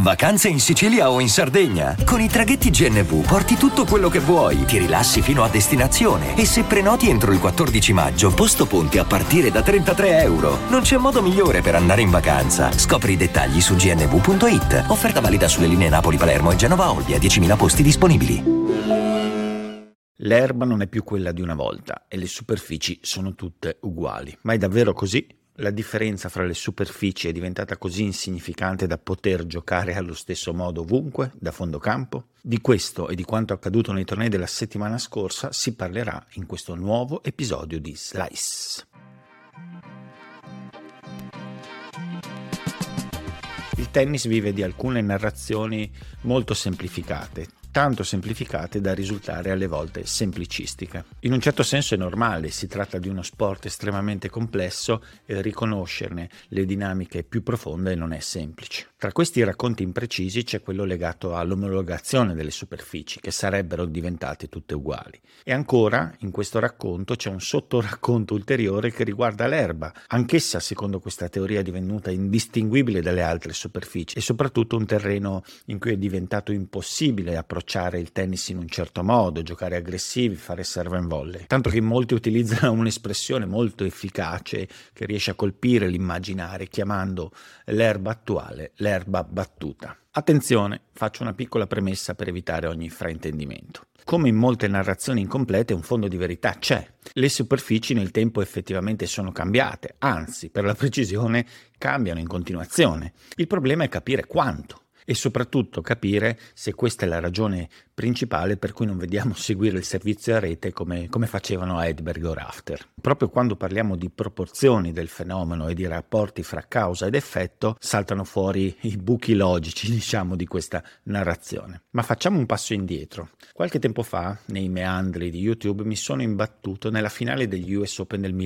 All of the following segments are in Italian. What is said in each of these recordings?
Vacanze in Sicilia o in Sardegna? Con i traghetti GNV porti tutto quello che vuoi, ti rilassi fino a destinazione e se prenoti entro il 14 maggio, posto ponti a partire da €33. Non c'è modo migliore per andare in vacanza. Scopri i dettagli su gnv.it. Offerta valida sulle linee Napoli-Palermo e Genova-Olbia, 10.000 posti disponibili. L'erba non è più quella di una volta e le superfici sono tutte uguali. Ma è davvero così? La differenza fra le superfici è diventata così insignificante da poter giocare allo stesso modo ovunque, da fondo campo? Di questo e di quanto accaduto nei tornei della settimana scorsa si parlerà in questo nuovo episodio di Slice. Il tennis vive di alcune narrazioni molto semplificate, tanto semplificate da risultare alle volte semplicistiche. In un certo senso è normale, si tratta di uno sport estremamente complesso e riconoscerne le dinamiche più profonde non è semplice. Tra questi racconti imprecisi c'è quello legato all'omologazione delle superfici, che sarebbero diventate tutte uguali. E ancora, in questo racconto c'è un sottoracconto ulteriore che riguarda l'erba, anch'essa secondo questa teoria divenuta indistinguibile dalle altre superfici e soprattutto un terreno in cui è diventato impossibile approcciare il tennis in un certo modo, giocare aggressivi, fare serve and volley. Tanto che molti utilizzano un'espressione molto efficace che riesce a colpire l'immaginario chiamando l'erba attuale l'erba battuta. Attenzione, faccio una piccola premessa per evitare ogni fraintendimento. Come in molte narrazioni incomplete, un fondo di verità c'è. Le superfici nel tempo effettivamente sono cambiate, anzi, per la precisione, cambiano in continuazione. Il problema è capire quanto. E soprattutto capire se questa è la ragione principale per cui non vediamo seguire il servizio a rete come facevano Edberg o Rafter. Proprio quando parliamo di proporzioni del fenomeno e di rapporti fra causa ed effetto saltano fuori i buchi logici, di questa narrazione. Ma facciamo un passo indietro. Qualche tempo fa, nei meandri di YouTube, mi sono imbattuto nella finale degli US Open del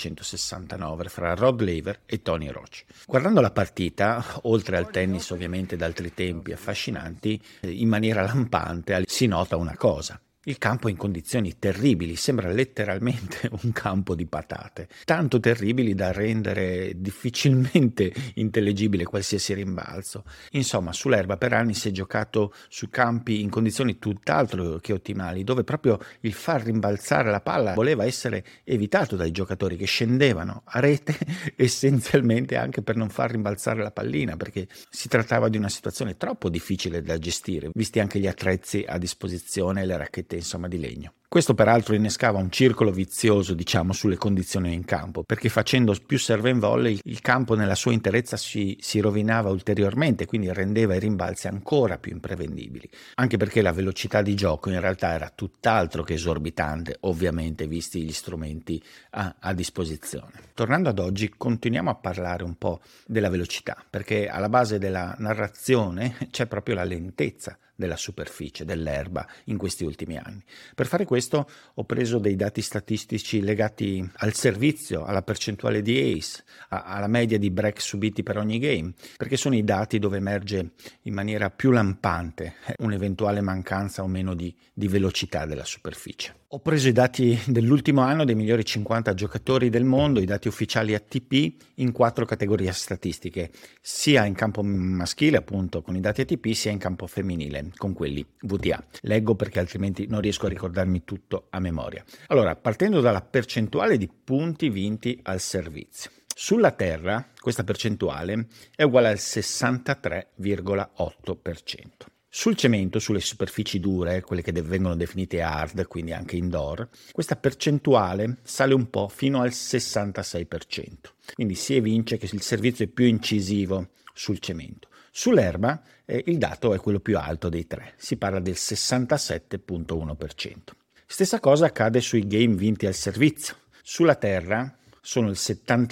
1969 fra Rod Laver e Tony Roche. Guardando la partita, oltre al tennis ovviamente da altri tempi affascinanti, in maniera lampante si nota una cosa. Il campo è in condizioni terribili, sembra letteralmente un campo di patate, tanto terribili da rendere difficilmente intellegibile qualsiasi rimbalzo. Insomma, sull'erba per anni si è giocato su campi in condizioni tutt'altro che ottimali, dove proprio il far rimbalzare la palla voleva essere evitato dai giocatori che scendevano a rete essenzialmente anche per non far rimbalzare la pallina, perché si trattava di una situazione troppo difficile da gestire, visti anche gli attrezzi a disposizione e le racchette di legno. Questo peraltro innescava un circolo vizioso, sulle condizioni in campo, perché facendo più serve and volley il campo nella sua interezza si rovinava ulteriormente, quindi rendeva i rimbalzi ancora più imprevedibili, anche perché la velocità di gioco in realtà era tutt'altro che esorbitante, ovviamente visti gli strumenti a disposizione. Tornando ad oggi, continuiamo a parlare un po' della velocità, perché alla base della narrazione c'è proprio la lentezza della superficie, dell'erba in questi ultimi anni. Per fare questo ho preso dei dati statistici legati al servizio, alla percentuale di ace, alla media di break subiti per ogni game, perché sono i dati dove emerge in maniera più lampante un'eventuale mancanza o meno di velocità della superficie. Ho preso i dati dell'ultimo anno dei migliori 50 giocatori del mondo, i dati ufficiali ATP in 4 categorie statistiche, sia in campo maschile appunto con i dati ATP, sia in campo femminile con quelli WTA. Leggo perché altrimenti non riesco a ricordarmi tutto a memoria. Allora, partendo dalla percentuale di punti vinti al servizio. Sulla terra questa percentuale è uguale al 63,8%. Sul cemento, sulle superfici dure, quelle che vengono definite hard, quindi anche indoor, questa percentuale sale un po' fino al 66%. Quindi si evince che il servizio è più incisivo sul cemento. Sull'erba il dato è quello più alto dei tre, si parla del 67,1%. Stessa cosa accade sui game vinti al servizio. Sulla terra sono il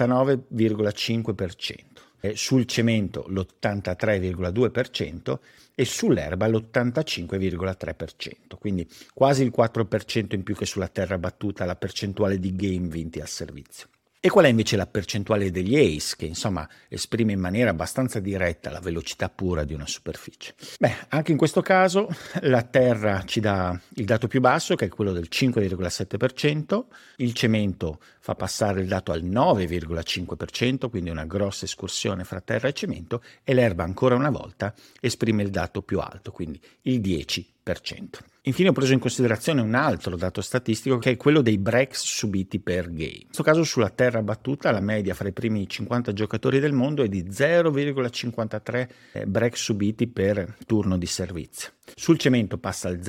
79,5%. Sul cemento l'83,2% e sull'erba l'85,3%, quindi quasi il 4% in più che sulla terra battuta la percentuale di game vinti al servizio. E qual è invece la percentuale degli ace, che insomma esprime in maniera abbastanza diretta la velocità pura di una superficie? Beh, anche in questo caso la terra ci dà il dato più basso, che è quello del 5,7%, il cemento fa passare il dato al 9,5%, quindi una grossa escursione fra terra e cemento, e l'erba ancora una volta esprime il dato più alto, quindi il 10%. Infine ho preso in considerazione un altro dato statistico, che è quello dei breaks subiti per game. In questo caso sulla terra battuta la media fra i primi 50 giocatori del mondo è di 0,53 break subiti per turno di servizio. Sul cemento passa al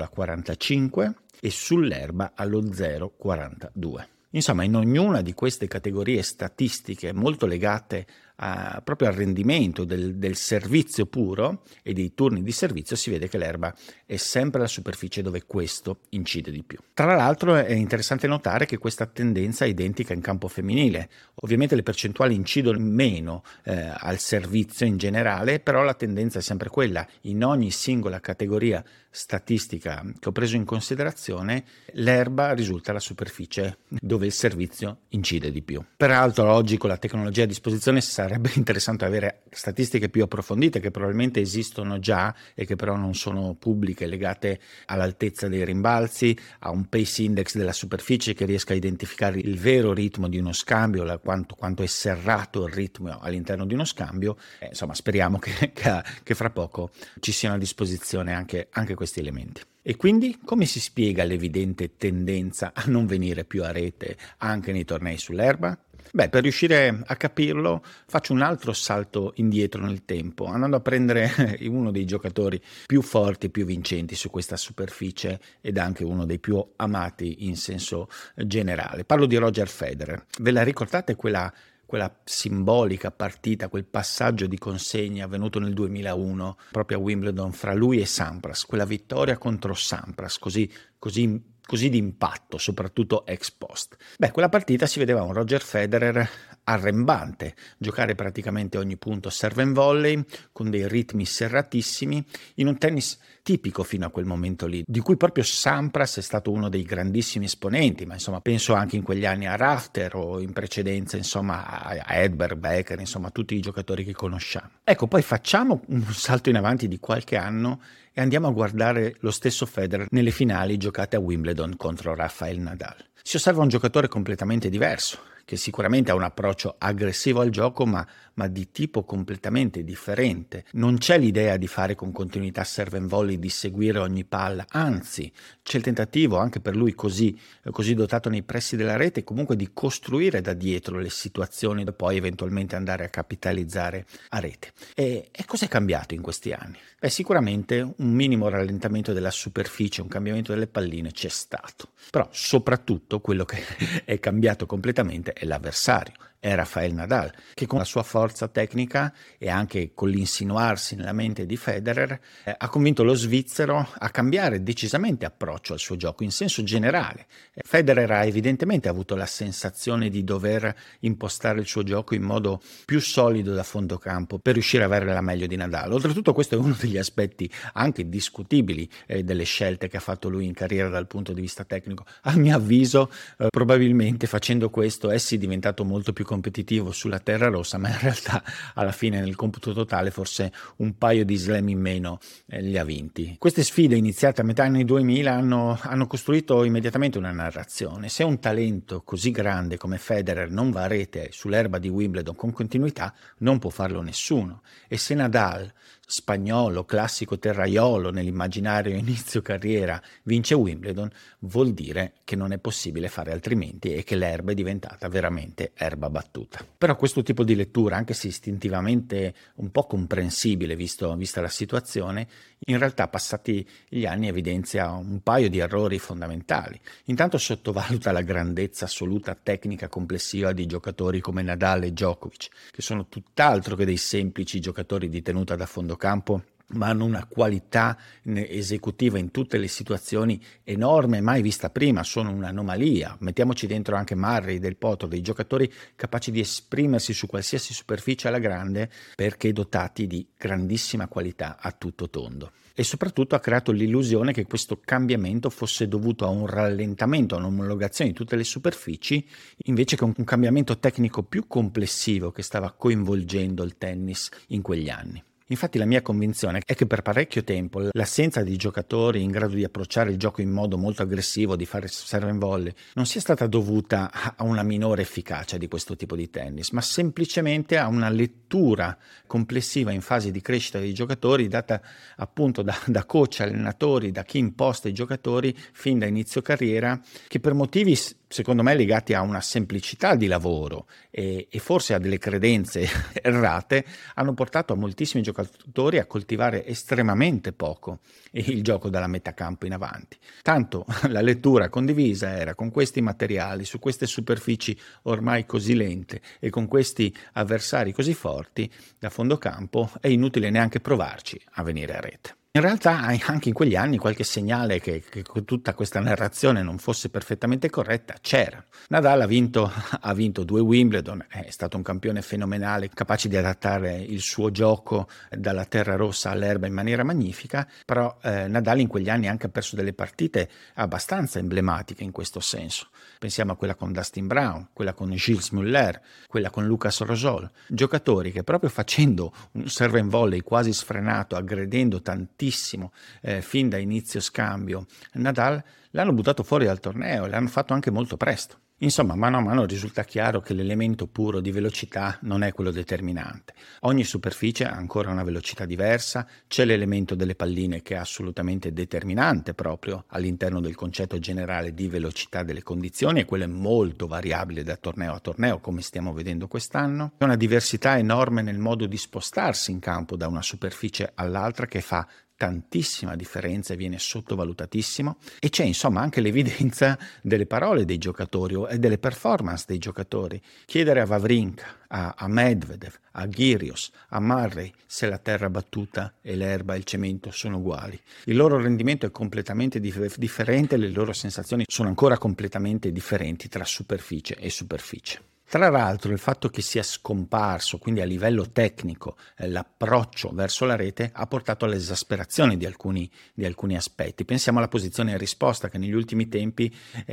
0,45 e sull'erba allo 0,42. Insomma, in ognuna di queste categorie statistiche molto legate proprio al rendimento del servizio puro e dei turni di servizio si vede che l'erba è sempre la superficie dove questo incide di più. Tra l'altro è interessante notare che questa tendenza è identica in campo femminile. Ovviamente le percentuali incidono meno al servizio in generale, però la tendenza è sempre quella. In ogni singola categoria statistica che ho preso in considerazione, l'erba risulta la superficie dove il servizio incide di più. Peraltro oggi con la tecnologia a disposizione sarebbe interessante avere statistiche più approfondite che probabilmente esistono già e che però non sono pubbliche, legate all'altezza dei rimbalzi, a un pace index della superficie che riesca a identificare il vero ritmo di uno scambio, quanto è serrato il ritmo all'interno di uno scambio. Insomma, speriamo che fra poco ci siano a disposizione anche questi elementi. E quindi come si spiega l'evidente tendenza a non venire più a rete anche nei tornei sull'erba? Beh, per riuscire a capirlo faccio un altro salto indietro nel tempo, andando a prendere uno dei giocatori più forti e più vincenti su questa superficie ed anche uno dei più amati in senso generale. Parlo di Roger Federer. Ve la ricordate quella simbolica partita, quel passaggio di consegna avvenuto nel 2001 proprio a Wimbledon fra lui e Sampras, quella vittoria contro Sampras così di impatto, soprattutto ex post. Beh, quella partita si vedeva un Roger Federer arrembante, giocare praticamente ogni punto serve and volley, con dei ritmi serratissimi, in un tennis tipico fino a quel momento lì, di cui proprio Sampras è stato uno dei grandissimi esponenti, ma insomma penso anche in quegli anni a Rafter o in precedenza insomma a Edberg, Becker, insomma tutti i giocatori che conosciamo. Ecco, poi facciamo un salto in avanti di qualche anno e andiamo a guardare lo stesso Federer nelle finali giocate a Wimbledon contro Rafael Nadal. Si osserva un giocatore completamente diverso, che sicuramente ha un approccio aggressivo al gioco, ma di tipo completamente differente. Non c'è l'idea di fare con continuità serve and volley, di seguire ogni palla, anzi c'è il tentativo, anche per lui così dotato nei pressi della rete, comunque di costruire da dietro le situazioni e poi eventualmente andare a capitalizzare a rete. E cos'è cambiato in questi anni? Beh, sicuramente un minimo rallentamento della superficie, un cambiamento delle palline c'è stato, però soprattutto quello che è cambiato completamente è l'avversario. È Rafael Nadal, che con la sua forza tecnica e anche con l'insinuarsi nella mente di Federer ha convinto lo svizzero a cambiare decisamente approccio al suo gioco in senso generale. Federer ha evidentemente avuto la sensazione di dover impostare il suo gioco in modo più solido da fondo campo per riuscire ad avere la meglio di Nadal. Oltretutto questo è uno degli aspetti anche discutibili delle scelte che ha fatto lui in carriera dal punto di vista tecnico. A mio avviso probabilmente facendo questo è diventato molto più competitivo sulla terra rossa, ma in realtà alla fine nel computo totale forse un paio di slam in meno li ha vinti. Queste sfide iniziate a metà anni 2000 hanno costruito immediatamente una narrazione. Se un talento così grande come Federer non va a rete sull'erba di Wimbledon con continuità, non può farlo nessuno. E se Nadal, spagnolo, classico terraiolo nell'immaginario inizio carriera, vince Wimbledon, vuol dire che non è possibile fare altrimenti e che l'erba è diventata veramente erba battuta. Però questo tipo di lettura, anche se istintivamente un po' comprensibile vista la situazione, in realtà passati gli anni evidenzia un paio di errori fondamentali. Intanto sottovaluta la grandezza assoluta tecnica complessiva di giocatori come Nadal e Djokovic, che sono tutt'altro che dei semplici giocatori di tenuta da fondo campo ma hanno una qualità esecutiva in tutte le situazioni enorme, mai vista prima, sono un'anomalia. Mettiamoci dentro anche Murray, Del Potro, dei giocatori capaci di esprimersi su qualsiasi superficie alla grande perché dotati di grandissima qualità a tutto tondo. E soprattutto ha creato l'illusione che questo cambiamento fosse dovuto a un rallentamento, a un'omologazione di tutte le superfici, invece che un cambiamento tecnico più complessivo che stava coinvolgendo il tennis in quegli anni. Infatti la mia convinzione è che per parecchio tempo l'assenza di giocatori in grado di approcciare il gioco in modo molto aggressivo, di fare serve and volley, non sia stata dovuta a una minore efficacia di questo tipo di tennis, ma semplicemente a una lettura complessiva in fase di crescita dei giocatori data appunto da coach, allenatori, da chi imposta i giocatori fin da inizio carriera, che per motivi secondo me legati a una semplicità di lavoro e forse a delle credenze errate hanno portato a moltissimi giocatori a coltivare estremamente poco il gioco dalla metà campo in avanti. Tanto la lettura condivisa era: con questi materiali, su queste superfici ormai così lente e con questi avversari così forti da fondo campo è inutile neanche provarci a venire a rete. In realtà anche in quegli anni qualche segnale che tutta questa narrazione non fosse perfettamente corretta c'era. Nadal ha vinto 2 Wimbledon, è stato un campione fenomenale, capace di adattare il suo gioco dalla terra rossa all'erba in maniera magnifica, però Nadal in quegli anni anche ha perso delle partite abbastanza emblematiche in questo senso. Pensiamo a quella con Dustin Brown, quella con Gilles Muller, quella con Lucas Rosol, giocatori che proprio facendo un serve and volley quasi sfrenato, aggredendo tantissimo fin da inizio scambio Nadal, l'hanno buttato fuori dal torneo e l'hanno fatto anche molto presto. Insomma, mano a mano risulta chiaro che l'elemento puro di velocità non è quello determinante. Ogni superficie ha ancora una velocità diversa, c'è l'elemento delle palline che è assolutamente determinante proprio all'interno del concetto generale di velocità delle condizioni, e quello è molto variabile da torneo a torneo, come stiamo vedendo quest'anno. C'è una diversità enorme nel modo di spostarsi in campo da una superficie all'altra che fa tantissima differenza e viene sottovalutatissimo, e c'è insomma anche l'evidenza delle parole dei giocatori e delle performance dei giocatori. Chiedere a Wawrinka, a Medvedev, a Kyrgios, a Murray se la terra battuta e l'erba e il cemento sono uguali. Il loro rendimento è completamente differente, le loro sensazioni sono ancora completamente differenti tra superficie e superficie. Tra l'altro il fatto che sia scomparso, quindi a livello tecnico, l'approccio verso la rete ha portato all'esasperazione di alcuni aspetti. Pensiamo alla posizione in risposta che negli ultimi tempi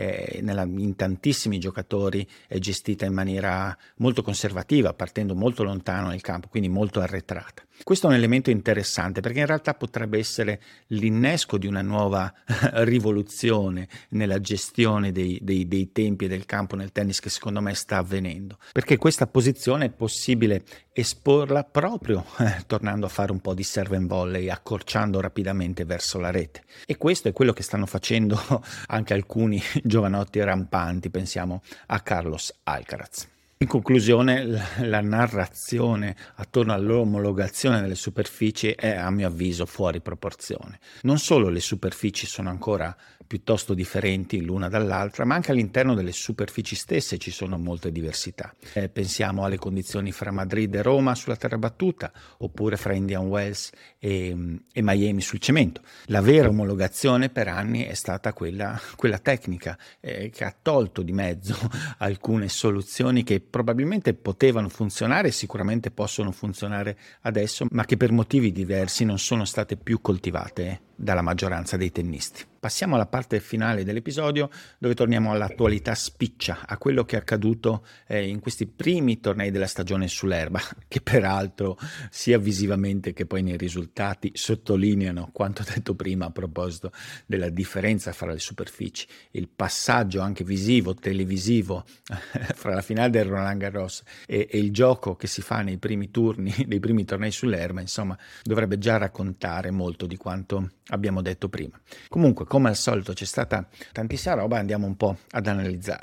in tantissimi giocatori è gestita in maniera molto conservativa, partendo molto lontano nel campo, quindi molto arretrata. Questo è un elemento interessante perché in realtà potrebbe essere l'innesco di una nuova rivoluzione nella gestione dei tempi e del campo nel tennis che secondo me sta avvenendo, perché questa posizione è possibile esporla proprio tornando a fare un po' di serve and volley, accorciando rapidamente verso la rete, e questo è quello che stanno facendo anche alcuni giovanotti rampanti, pensiamo a Carlos Alcaraz. In conclusione, la narrazione attorno all'omologazione delle superfici è a mio avviso fuori proporzione. Non solo le superfici sono ancora piuttosto differenti l'una dall'altra, ma anche all'interno delle superfici stesse ci sono molte diversità. Pensiamo alle condizioni fra Madrid e Roma sulla terra battuta, oppure fra Indian Wells e Miami sul cemento. La vera omologazione per anni è stata quella tecnica, che ha tolto di mezzo alcune soluzioni che probabilmente potevano funzionare e sicuramente possono funzionare adesso, ma che per motivi diversi non sono state più coltivate dalla maggioranza dei tennisti. Passiamo alla parte finale dell'episodio, dove torniamo all'attualità spiccia, a quello che è accaduto in questi primi tornei della stagione sull'erba, che peraltro sia visivamente che poi nei risultati sottolineano quanto detto prima a proposito della differenza fra le superfici. Il passaggio anche visivo, televisivo fra la finale del Roland Garros e il gioco che si fa nei primi turni dei primi tornei sull'erba, insomma, dovrebbe già raccontare molto di quanto abbiamo detto prima. Comunque, come al solito c'è stata tantissima roba, andiamo un po' ad analizzarla.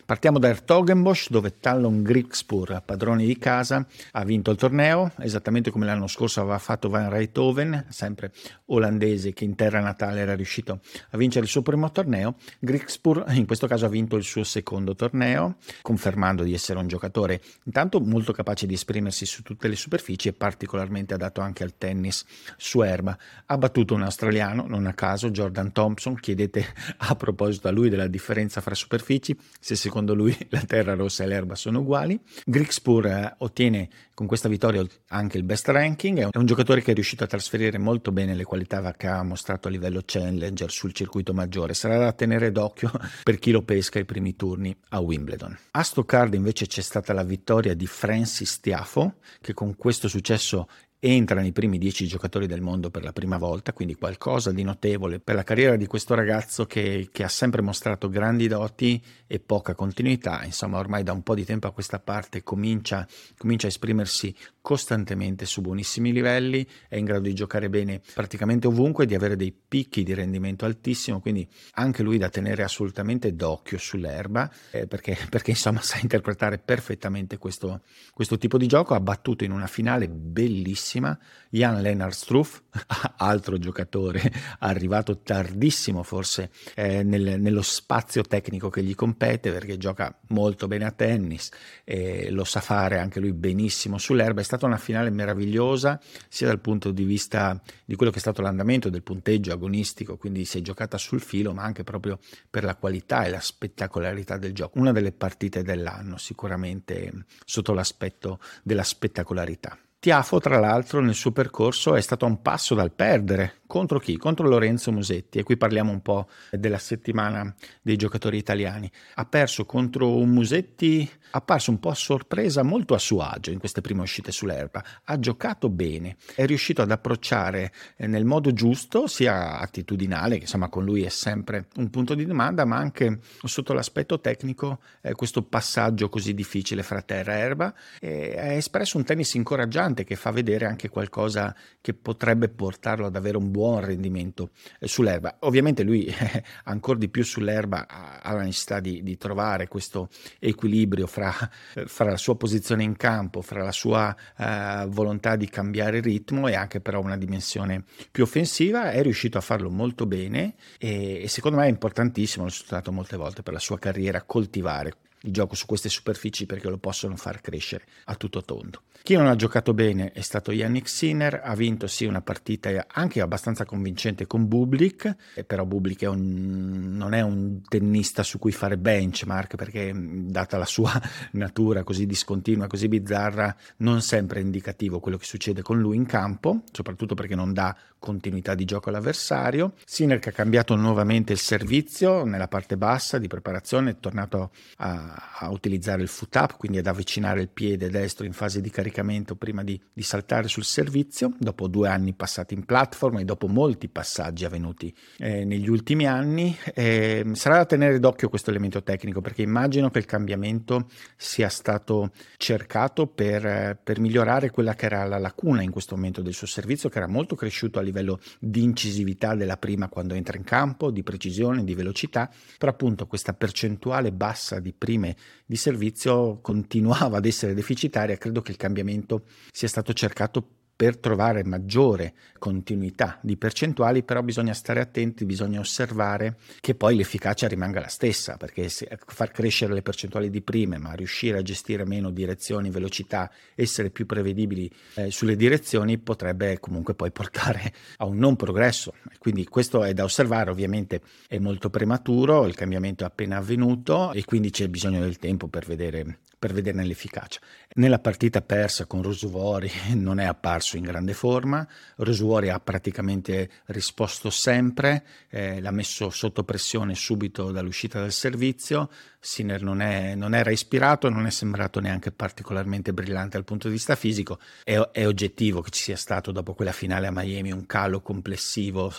Partiamo da Hertogenbosch, dove Talon Griekspoor, padrone di casa, ha vinto il torneo, esattamente come l'anno scorso aveva fatto Van Rijthoven, sempre olandese che in terra natale era riuscito a vincere il suo primo torneo. Griekspoor in questo caso ha vinto il suo secondo torneo, confermando di essere un giocatore intanto molto capace di esprimersi su tutte le superfici e particolarmente adatto anche al tennis su erba. Ha battuto un australiano, non a caso, Jordan Thompson. Chiedete a proposito a lui della differenza fra superfici, se secondo lui la terra rossa e l'erba sono uguali. Griekspoor ottiene con questa vittoria anche il best ranking, è un giocatore che è riuscito a trasferire molto bene le qualità che ha mostrato a livello challenger sul circuito maggiore. Sarà da tenere d'occhio per chi lo pesca ai primi turni a Wimbledon. A Stoccarda invece c'è stata la vittoria di Frances Tiafoe, che con questo successo entra nei primi 10 giocatori del mondo per la prima volta, quindi qualcosa di notevole per la carriera di questo ragazzo che ha sempre mostrato grandi doti e poca continuità. Insomma, ormai da un po' di tempo a questa parte comincia a esprimersi costantemente su buonissimi livelli, è in grado di giocare bene praticamente ovunque e di avere dei picchi di rendimento altissimo, quindi anche lui da tenere assolutamente d'occhio sull'erba, perché insomma sa interpretare perfettamente questo tipo di gioco. Ha battuto in una finale bellissima Jan-Lennard Struff, altro giocatore arrivato tardissimo forse nello spazio tecnico che gli compete, perché gioca molto bene a tennis e lo sa fare anche lui benissimo sull'erba. È stata una finale meravigliosa sia dal punto di vista di quello che è stato l'andamento del punteggio agonistico, quindi si è giocata sul filo, ma anche proprio per la qualità e la spettacolarità del gioco. Una delle partite dell'anno sicuramente sotto l'aspetto della spettacolarità. Tiafoe, tra l'altro, nel suo percorso è stato a un passo dal perdere. Contro chi? Contro Lorenzo Musetti, e qui parliamo un po' della settimana dei giocatori italiani. Ha perso contro un Musetti apparso un po' a sorpresa, molto a suo agio in queste prime uscite sull'erba. Ha giocato bene, è riuscito ad approcciare nel modo giusto, sia attitudinale, che insomma con lui è sempre un punto di domanda, ma anche sotto l'aspetto tecnico, questo passaggio così difficile fra terra e erba. Ha espresso un tennis incoraggiante che fa vedere anche qualcosa che potrebbe portarlo ad avere un buon rendimento sull'erba. Ovviamente lui ancora di più sull'erba ha la necessità di trovare questo equilibrio fra la sua posizione in campo, fra la sua volontà di cambiare ritmo e anche però una dimensione più offensiva. È riuscito a farlo molto bene e secondo me è importantissimo, l'ho sottolineato molte volte, per la sua carriera coltivare il gioco su queste superfici, perché lo possono far crescere a tutto tondo. Chi non ha giocato bene è stato Jannik Sinner, ha vinto sì una partita anche abbastanza convincente con Bublik, però Bublik non è un tennista su cui fare benchmark, perché data la sua natura così discontinua, così bizzarra, non sempre è indicativo quello che succede con lui in campo, soprattutto perché non dà continuità di gioco all'avversario. Sinner, che ha cambiato nuovamente il servizio nella parte bassa di preparazione, è tornato a utilizzare il foot up, quindi ad avvicinare il piede destro in fase di caricamento prima di saltare sul servizio, dopo 2 anni passati in platform e dopo molti passaggi avvenuti negli ultimi anni. Sarà da tenere d'occhio questo elemento tecnico, perché immagino che il cambiamento sia stato cercato per migliorare quella che era la lacuna in questo momento del suo servizio, che era molto cresciuto a livello di incisività della prima quando entra in campo, di precisione, di velocità, però appunto questa percentuale bassa di prime di servizio continuava ad essere deficitaria. Credo che il cambiamento sia stato cercato per trovare maggiore continuità di percentuali, però bisogna stare attenti, bisogna osservare che poi l'efficacia rimanga la stessa, perché far crescere le percentuali di prime ma riuscire a gestire meno direzioni, velocità, essere più prevedibili sulle direzioni potrebbe comunque poi portare a un non progresso. Quindi questo è da osservare. Ovviamente è molto prematuro, il cambiamento è appena avvenuto e quindi c'è bisogno del tempo per vederne l'efficacia. Nella partita persa con Ruusuvuori non è apparso in grande forma. Ruusuvuori ha praticamente risposto sempre, l'ha messo sotto pressione subito dall'uscita del servizio. Sinner non era ispirato, non è sembrato neanche particolarmente brillante dal punto di vista fisico. È oggettivo che ci sia stato dopo quella finale a Miami un calo complessivo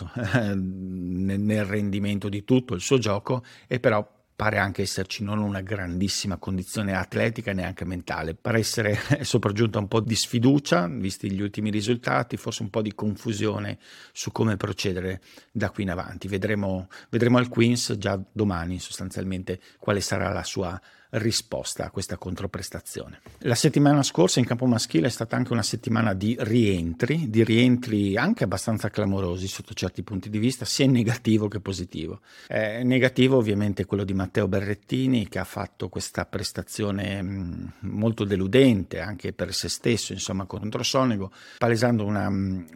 nel rendimento di tutto il suo gioco, e però pare anche esserci non una grandissima condizione atletica, neanche mentale. Pare essere sopraggiunta un po' di sfiducia, visti gli ultimi risultati, forse un po' di confusione su come procedere da qui in avanti. Vedremo al Queens già domani sostanzialmente quale sarà la sua risposta a questa controprestazione. La settimana scorsa in campo maschile è stata anche una settimana di rientri anche abbastanza clamorosi sotto certi punti di vista, sia in negativo che positivo. Negativo ovviamente quello di Matteo Berrettini, che ha fatto questa prestazione molto deludente anche per se stesso, insomma, contro Sonego, palesando una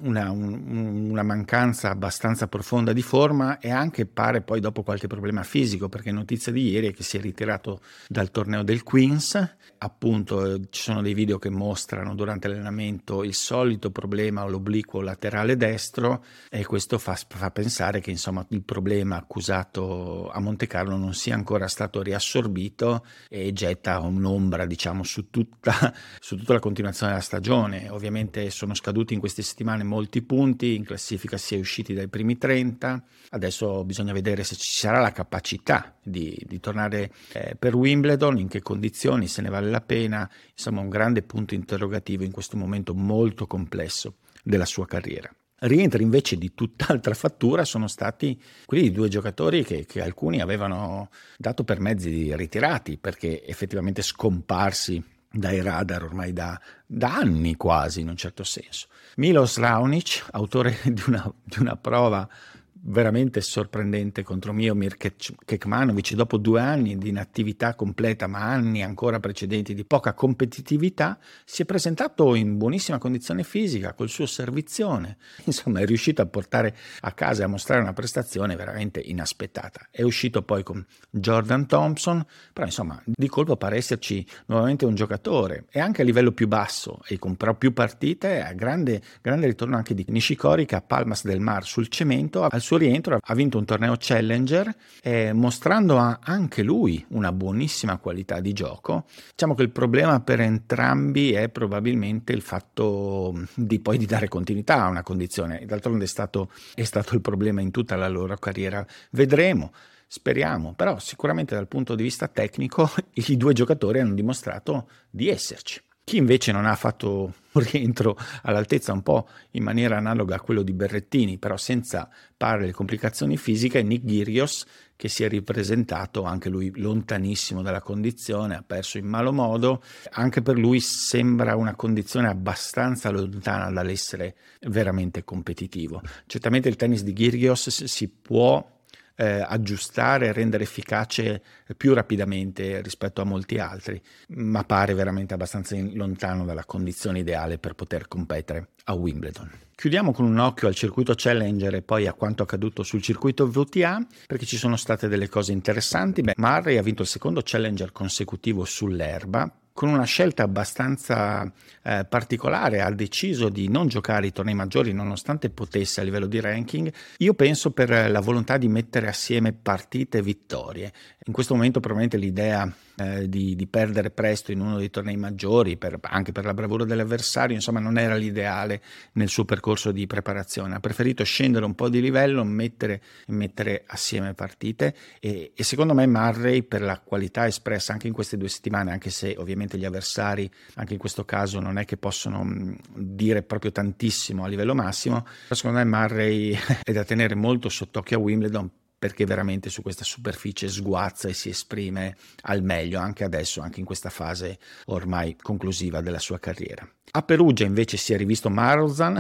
mancanza abbastanza profonda di forma, e anche pare poi dopo qualche problema fisico, perché notizia di ieri è che si è ritirato dal torneo del Queens. Appunto ci sono dei video che mostrano durante l'allenamento il solito problema all'obliquo laterale destro, e questo fa pensare che insomma il problema accusato a Montecarlo non sia ancora stato riassorbito, e getta un'ombra, diciamo, su tutta la continuazione della stagione. Ovviamente sono scaduti in queste settimane molti punti, in classifica si è usciti dai primi 30, adesso bisogna vedere se ci sarà la capacità di tornare per Wimbledon, in che condizioni, se ne vale la pena. Insomma, un grande punto interrogativo in questo momento molto complesso della sua carriera. Rientri invece di tutt'altra fattura sono stati quelli di due giocatori che alcuni avevano dato per mezzi ritirati, perché effettivamente scomparsi dai radar ormai da anni quasi, in un certo senso. Milos Raonic, autore di una prova veramente sorprendente contro Miomir Kekmanovic, dopo 2 anni di inattività completa, ma anni ancora precedenti di poca competitività, si è presentato in buonissima condizione fisica col suo servizione. Insomma, è riuscito a portare a casa e a mostrare una prestazione veramente inaspettata. È uscito poi con Jordan Thompson, però insomma di colpo pare esserci nuovamente un giocatore, e anche a livello più basso e con però più partite. A grande ritorno anche di Nishikori, che a Palmas del Mar sul cemento al suo rientro ha vinto un torneo Challenger, mostrando anche lui una buonissima qualità di gioco. Diciamo che il problema per entrambi è probabilmente il fatto di dare continuità a una condizione. D'altronde è stato il problema in tutta la loro carriera. Vedremo, speriamo, però sicuramente dal punto di vista tecnico i due giocatori hanno dimostrato di esserci. Chi invece non ha fatto un rientro all'altezza, un po' in maniera analoga a quello di Berrettini, però senza le complicazioni fisiche, è Nick Kyrgios, che si è ripresentato anche lui lontanissimo dalla condizione, ha perso in malo modo. Anche per lui sembra una condizione abbastanza lontana dall'essere veramente competitivo. Certamente il tennis di Kyrgios si può aggiustare e rendere efficace più rapidamente rispetto a molti altri, ma pare veramente abbastanza lontano dalla condizione ideale per poter competere a Wimbledon. Chiudiamo con un occhio al circuito Challenger e poi a quanto accaduto sul circuito WTA, perché ci sono state delle cose interessanti. Murray ha vinto il secondo Challenger consecutivo sull'erba, con una scelta abbastanza particolare. Ha deciso di non giocare i tornei maggiori nonostante potesse a livello di ranking. Io penso per la volontà di mettere assieme partite e vittorie. In questo momento probabilmente l'idea di perdere presto in uno dei tornei maggiori, anche per la bravura dell'avversario, insomma non era l'ideale nel suo percorso di preparazione. Ha preferito scendere un po' di livello, mettere assieme partite, e secondo me Murray, per la qualità espressa anche in queste 2 settimane, anche se ovviamente gli avversari anche in questo caso non è che possono dire proprio tantissimo a livello massimo, secondo me Murray è da tenere molto sott'occhio a Wimbledon, perché veramente su questa superficie sguazza e si esprime al meglio anche adesso, anche in questa fase ormai conclusiva della sua carriera. A Perugia invece si è rivisto Marozsan,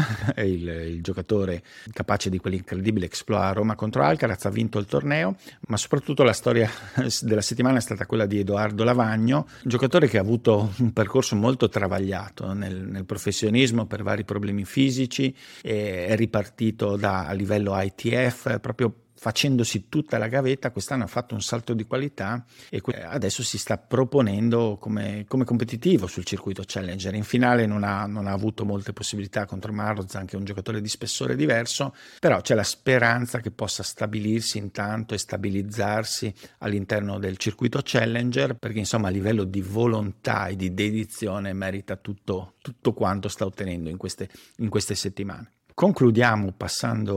il giocatore capace di quell'incredibile exploit a Roma contro Alcaraz. Ha vinto il torneo, ma soprattutto la storia della settimana è stata quella di Edoardo Lavagno, un giocatore che ha avuto un percorso molto travagliato nel professionismo per vari problemi fisici, è ripartito a livello ITF proprio facendosi tutta la gavetta. Quest'anno ha fatto un salto di qualità e adesso si sta proponendo come competitivo sul circuito Challenger. In finale non ha avuto molte possibilità contro Marozsan, che è un giocatore di spessore diverso, però c'è la speranza che possa stabilirsi intanto e stabilizzarsi all'interno del circuito Challenger, perché insomma a livello di volontà e di dedizione merita tutto quanto sta ottenendo in queste settimane. Concludiamo passando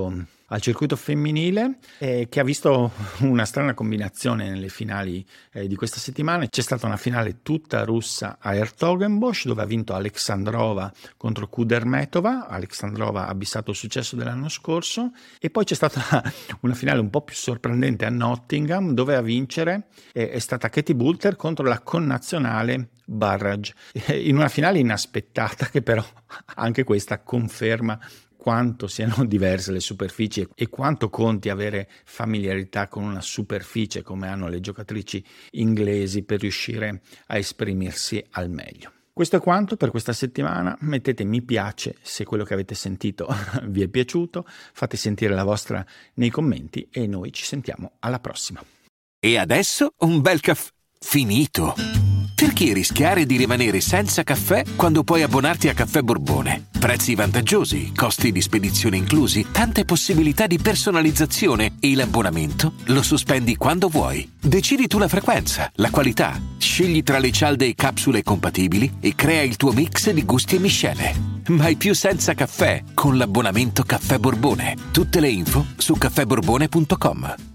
al circuito femminile, che ha visto una strana combinazione nelle finali di questa settimana. C'è stata una finale tutta russa a Hertogenbosch, dove ha vinto Alexandrova contro Kudermetova. Alexandrova ha bissato il successo dell'anno scorso, e poi c'è stata una finale un po' più sorprendente a Nottingham, dove a vincere è stata Katie Boulter contro la connazionale Barrage, in una finale inaspettata, che però anche questa conferma quanto siano diverse le superfici e quanto conti avere familiarità con una superficie come hanno le giocatrici inglesi per riuscire a esprimersi al meglio. Questo è quanto per questa settimana. Mettete mi piace se quello che avete sentito vi è piaciuto, fate sentire la vostra nei commenti e noi ci sentiamo alla prossima. E adesso un bel caffè finito. Perché rischiare di rimanere senza caffè quando puoi abbonarti a Caffè Borbone? Prezzi vantaggiosi, costi di spedizione inclusi, tante possibilità di personalizzazione e l'abbonamento lo sospendi quando vuoi. Decidi tu la frequenza, la qualità, scegli tra le cialde e capsule compatibili e crea il tuo mix di gusti e miscele. Mai più senza caffè con l'abbonamento Caffè Borbone. Tutte le info su caffèborbone.com.